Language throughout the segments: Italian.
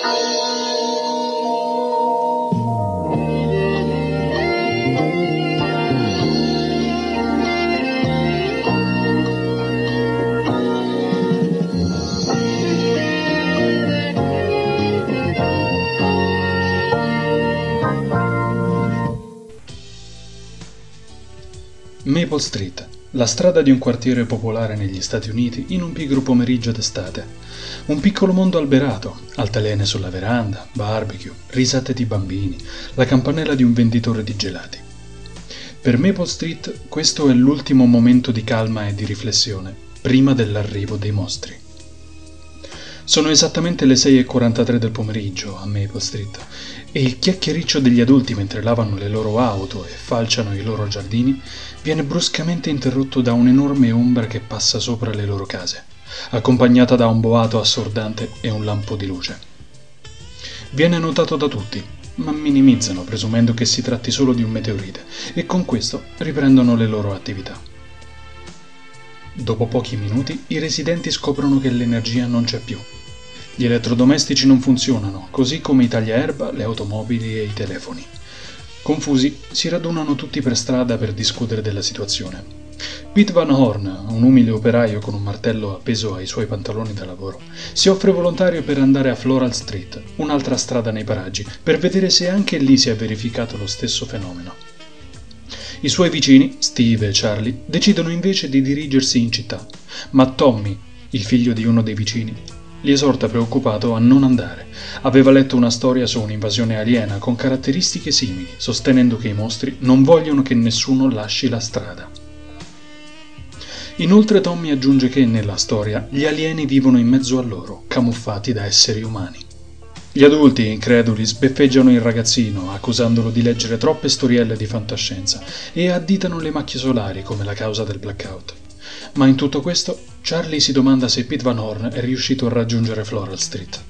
Maple Street, la strada di un quartiere popolare negli Stati Uniti in un pigro pomeriggio d'estate. Un piccolo mondo alberato, altalene sulla veranda, barbecue, risate di bambini, la campanella di un venditore di gelati. Per Maple Street questo è l'ultimo momento di calma e di riflessione, prima dell'arrivo dei mostri. Sono esattamente le 6:43 del pomeriggio a Maple Street e il chiacchiericcio degli adulti mentre lavano le loro auto e falciano i loro giardini viene bruscamente interrotto da un'enorme ombra che passa sopra le loro case, accompagnata da un boato assordante e un lampo di luce. Viene notato da tutti, ma minimizzano presumendo che si tratti solo di un meteorite e con questo riprendono le loro attività. Dopo pochi minuti i residenti scoprono che l'energia non c'è più. Gli elettrodomestici non funzionano, così come i tagliaerba, le automobili e i telefoni. Confusi, si radunano tutti per strada per discutere della situazione. Pete Van Horn, un umile operaio con un martello appeso ai suoi pantaloni da lavoro, si offre volontario per andare a Floral Street, un'altra strada nei paraggi, per vedere se anche lì si è verificato lo stesso fenomeno. I suoi vicini, Steve e Charlie, decidono invece di dirigersi in città, ma Tommy, il figlio di uno dei vicini, li esorta preoccupato a non andare. Aveva letto una storia su un'invasione aliena con caratteristiche simili, sostenendo che i mostri non vogliono che nessuno lasci la strada. Inoltre Tommy aggiunge che nella storia gli alieni vivono in mezzo a loro, camuffati da esseri umani. Gli adulti, increduli, sbeffeggiano il ragazzino, accusandolo di leggere troppe storielle di fantascienza e additano le macchie solari come la causa del blackout. Ma in tutto questo, Charlie si domanda se Pete Van Horn è riuscito a raggiungere Floral Street.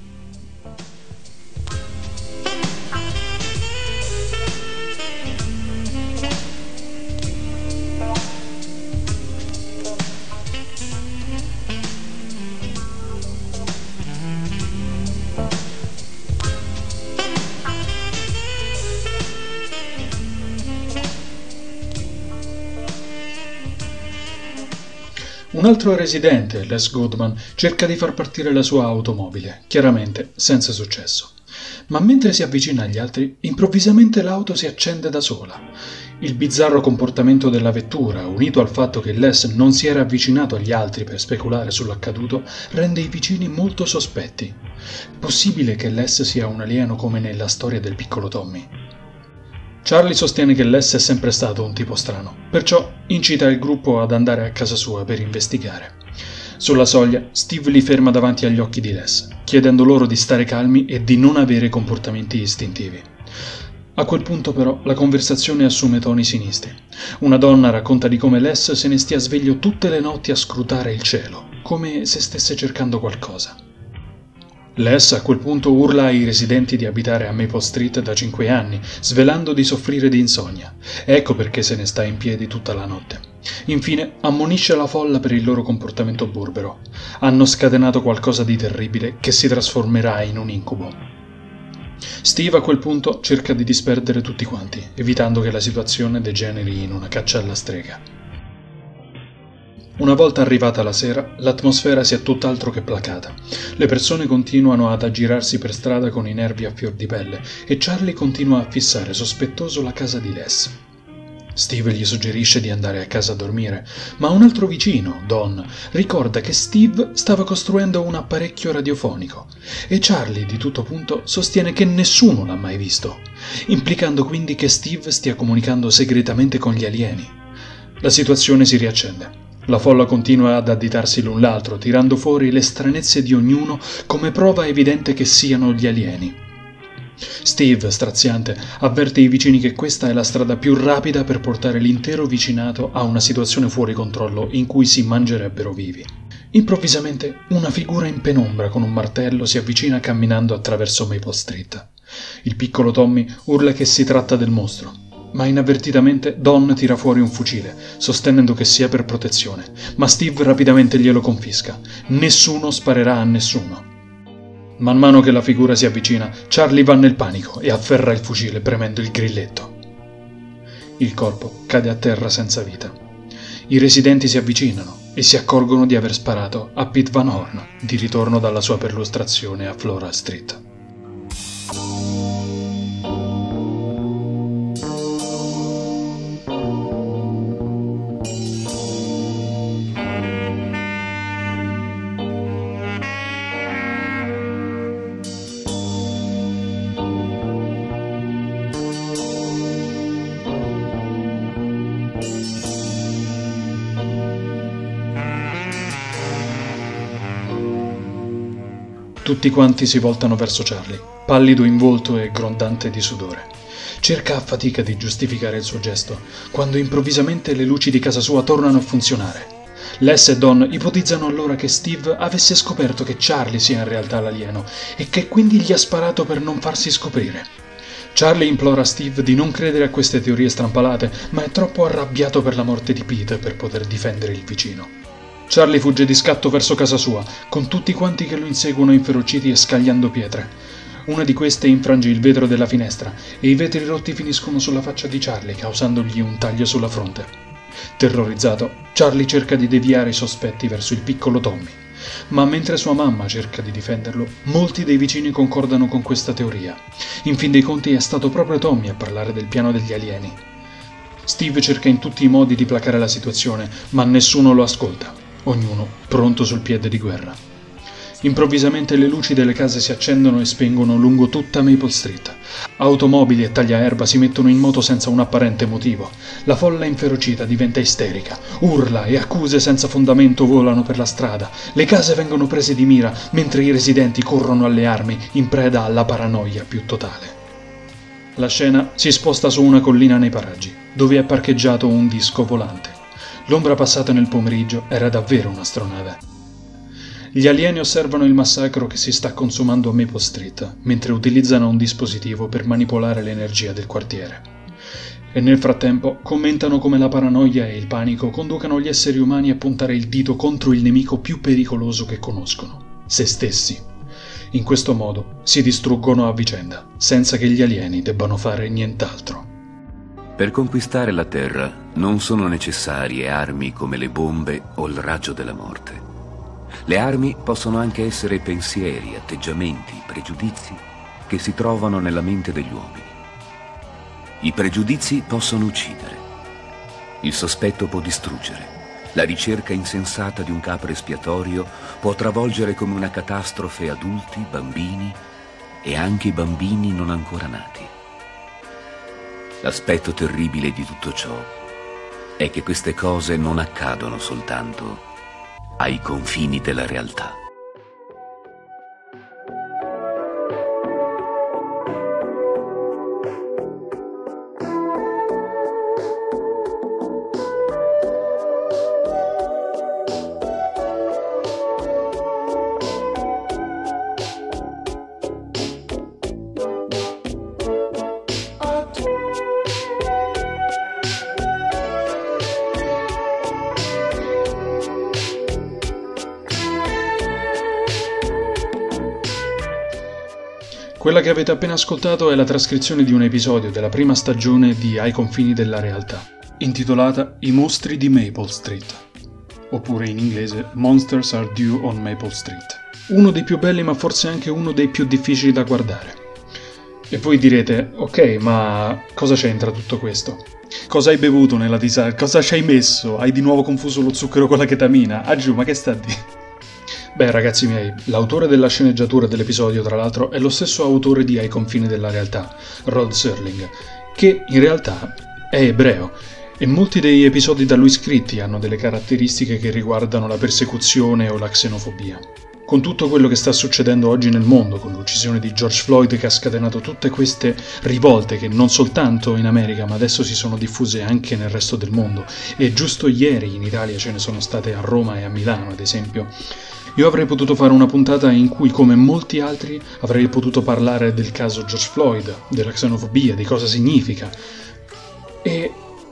Un altro residente, Les Goodman, cerca di far partire la sua automobile, chiaramente senza successo. Ma mentre si avvicina agli altri, improvvisamente l'auto si accende da sola. Il bizzarro comportamento della vettura, unito al fatto che Les non si era avvicinato agli altri per speculare sull'accaduto, rende i vicini molto sospetti. Possibile che Les sia un alieno come nella storia del piccolo Tommy? Charlie sostiene che Les è sempre stato un tipo strano, perciò incita il gruppo ad andare a casa sua per investigare. Sulla soglia, Steve li ferma davanti agli occhi di Les, chiedendo loro di stare calmi e di non avere comportamenti istintivi. A quel punto però la conversazione assume toni sinistri. Una donna racconta di come Les se ne stia sveglio tutte le notti a scrutare il cielo, come se stesse cercando qualcosa. Les a quel punto urla ai residenti di abitare a Maple Street da 5 anni, svelando di soffrire di insonnia. Ecco perché se ne sta in piedi tutta la notte. Infine ammonisce la folla per il loro comportamento burbero. Hanno scatenato qualcosa di terribile che si trasformerà in un incubo. Steve a quel punto cerca di disperdere tutti quanti, evitando che la situazione degeneri in una caccia alla strega. Una volta arrivata la sera, l'atmosfera si è tutt'altro che placata. Le persone continuano ad aggirarsi per strada con i nervi a fior di pelle e Charlie continua a fissare sospettoso la casa di Les. Steve gli suggerisce di andare a casa a dormire, ma un altro vicino, Don, ricorda che Steve stava costruendo un apparecchio radiofonico e Charlie, di tutto punto, sostiene che nessuno l'ha mai visto, implicando quindi che Steve stia comunicando segretamente con gli alieni. La situazione si riaccende. La folla continua ad additarsi l'un l'altro, tirando fuori le stranezze di ognuno come prova evidente che siano gli alieni. Steve, straziante, avverte i vicini che questa è la strada più rapida per portare l'intero vicinato a una situazione fuori controllo in cui si mangerebbero vivi. Improvvisamente, una figura in penombra con un martello si avvicina camminando attraverso Maple Street. Il piccolo Tommy urla che si tratta del mostro. Ma inavvertitamente Don tira fuori un fucile, sostenendo che sia per protezione, ma Steve rapidamente glielo confisca. Nessuno sparerà a nessuno. Man mano che la figura si avvicina, Charlie va nel panico e afferra il fucile premendo il grilletto. Il corpo cade a terra senza vita. I residenti si avvicinano e si accorgono di aver sparato a Pete Van Horn di ritorno dalla sua perlustrazione a Floral Street. Tutti quanti si voltano verso Charlie, pallido in volto e grondante di sudore. Cerca a fatica di giustificare il suo gesto, quando improvvisamente le luci di casa sua tornano a funzionare. Les e Don ipotizzano allora che Steve avesse scoperto che Charlie sia in realtà l'alieno e che quindi gli ha sparato per non farsi scoprire. Charlie implora Steve di non credere a queste teorie strampalate, ma è troppo arrabbiato per la morte di Pete per poter difendere il vicino. Charlie fugge di scatto verso casa sua, con tutti quanti che lo inseguono inferociti e scagliando pietre. Una di queste infrange il vetro della finestra e i vetri rotti finiscono sulla faccia di Charlie, causandogli un taglio sulla fronte. Terrorizzato, Charlie cerca di deviare i sospetti verso il piccolo Tommy. Ma mentre sua mamma cerca di difenderlo, molti dei vicini concordano con questa teoria. In fin dei conti è stato proprio Tommy a parlare del piano degli alieni. Steve cerca in tutti i modi di placare la situazione, ma nessuno lo ascolta. Ognuno pronto sul piede di guerra. Improvvisamente le luci delle case si accendono e spengono lungo tutta Maple Street. Automobili e tagliaerba si mettono in moto senza un apparente motivo. La folla inferocita diventa isterica. Urla e accuse senza fondamento volano per la strada. Le case vengono prese di mira mentre i residenti corrono alle armi in preda alla paranoia più totale. La scena si sposta su una collina nei paraggi, dove è parcheggiato un disco volante. L'ombra passata nel pomeriggio era davvero un'astronave. Gli alieni osservano il massacro che si sta consumando a Maple Street, mentre utilizzano un dispositivo per manipolare l'energia del quartiere. E nel frattempo commentano come la paranoia e il panico conducano gli esseri umani a puntare il dito contro il nemico più pericoloso che conoscono, se stessi. In questo modo si distruggono a vicenda, senza che gli alieni debbano fare nient'altro. Per conquistare la Terra non sono necessarie armi come le bombe o il raggio della morte. Le armi possono anche essere pensieri, atteggiamenti, pregiudizi che si trovano nella mente degli uomini. I pregiudizi possono uccidere. Il sospetto può distruggere. La ricerca insensata di un capro espiatorio può travolgere come una catastrofe adulti, bambini e anche i bambini non ancora nati. L'aspetto terribile di tutto ciò è che queste cose non accadono soltanto ai confini della realtà. Quella che avete appena ascoltato è la trascrizione di un episodio della prima stagione di Ai confini della realtà, intitolata I mostri di Maple Street, oppure in inglese Monsters Are Due on Maple Street. Uno dei più belli, ma forse anche uno dei più difficili da guardare. E voi direte, ok, ma cosa c'entra tutto questo? Cosa hai bevuto nella tisana? Cosa ci hai messo? Hai di nuovo confuso lo zucchero con la chetamina? Ah giù, ma che sta a dire? Beh, ragazzi miei, l'autore della sceneggiatura dell'episodio, tra l'altro, è lo stesso autore di Ai confini della realtà, Rod Serling, che in realtà è ebreo, e molti degli episodi da lui scritti hanno delle caratteristiche che riguardano la persecuzione o la xenofobia. Con tutto quello che sta succedendo oggi nel mondo, con l'uccisione di George Floyd che ha scatenato tutte queste rivolte che non soltanto in America ma adesso si sono diffuse anche nel resto del mondo, e giusto ieri in Italia ce ne sono state a Roma e a Milano ad esempio, io avrei potuto fare una puntata in cui, come molti altri, avrei potuto parlare del caso George Floyd, della xenofobia, di cosa significa. E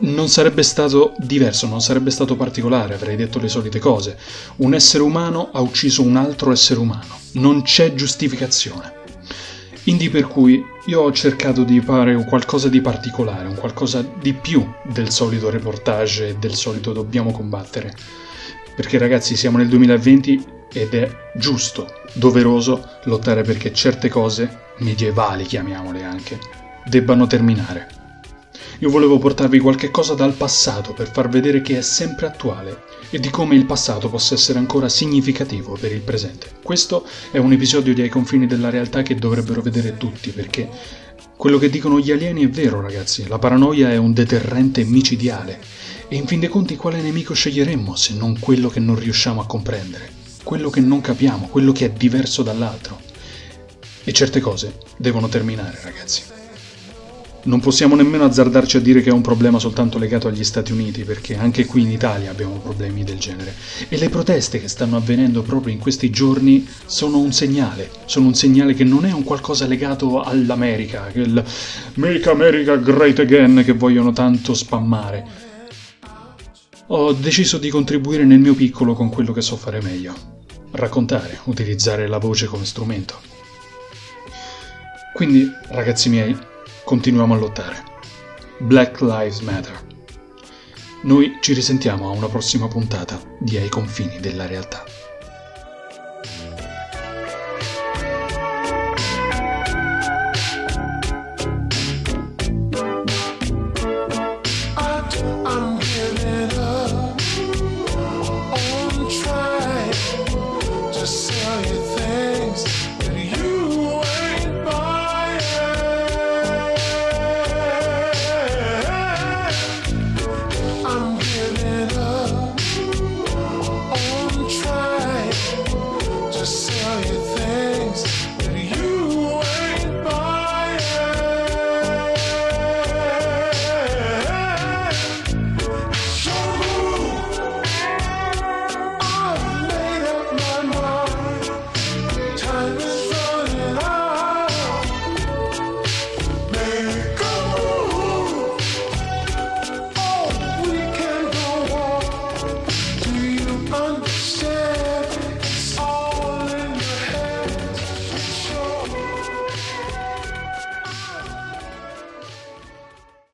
non sarebbe stato diverso, non sarebbe stato particolare, avrei detto le solite cose. Un essere umano ha ucciso un altro essere umano, non c'è giustificazione. Quindi per cui io ho cercato di fare un qualcosa di particolare, un qualcosa di più del solito reportage e del solito dobbiamo combattere. Perché ragazzi siamo nel 2020 ed è giusto, doveroso lottare perché certe cose, medievali chiamiamole anche, debbano terminare. Io volevo portarvi qualche cosa dal passato per far vedere che è sempre attuale e di come il passato possa essere ancora significativo per il presente. Questo è un episodio di Ai confini della realtà che dovrebbero vedere tutti, perché quello che dicono gli alieni è vero, ragazzi. La paranoia è un deterrente micidiale. E in fin dei conti quale nemico sceglieremmo se non quello che non riusciamo a comprendere, quello che non capiamo, quello che è diverso dall'altro. E certe cose devono terminare, ragazzi. Non possiamo nemmeno azzardarci a dire che è un problema soltanto legato agli Stati Uniti, perché anche qui in Italia abbiamo problemi del genere. E le proteste che stanno avvenendo proprio in questi giorni sono un segnale che non è un qualcosa legato all'America, il Make America Great Again che vogliono tanto spammare. Ho deciso di contribuire nel mio piccolo con quello che so fare meglio: raccontare, utilizzare la voce come strumento. Quindi, ragazzi miei, continuiamo a lottare. Black Lives Matter. Noi ci risentiamo a una prossima puntata di Ai confini della realtà.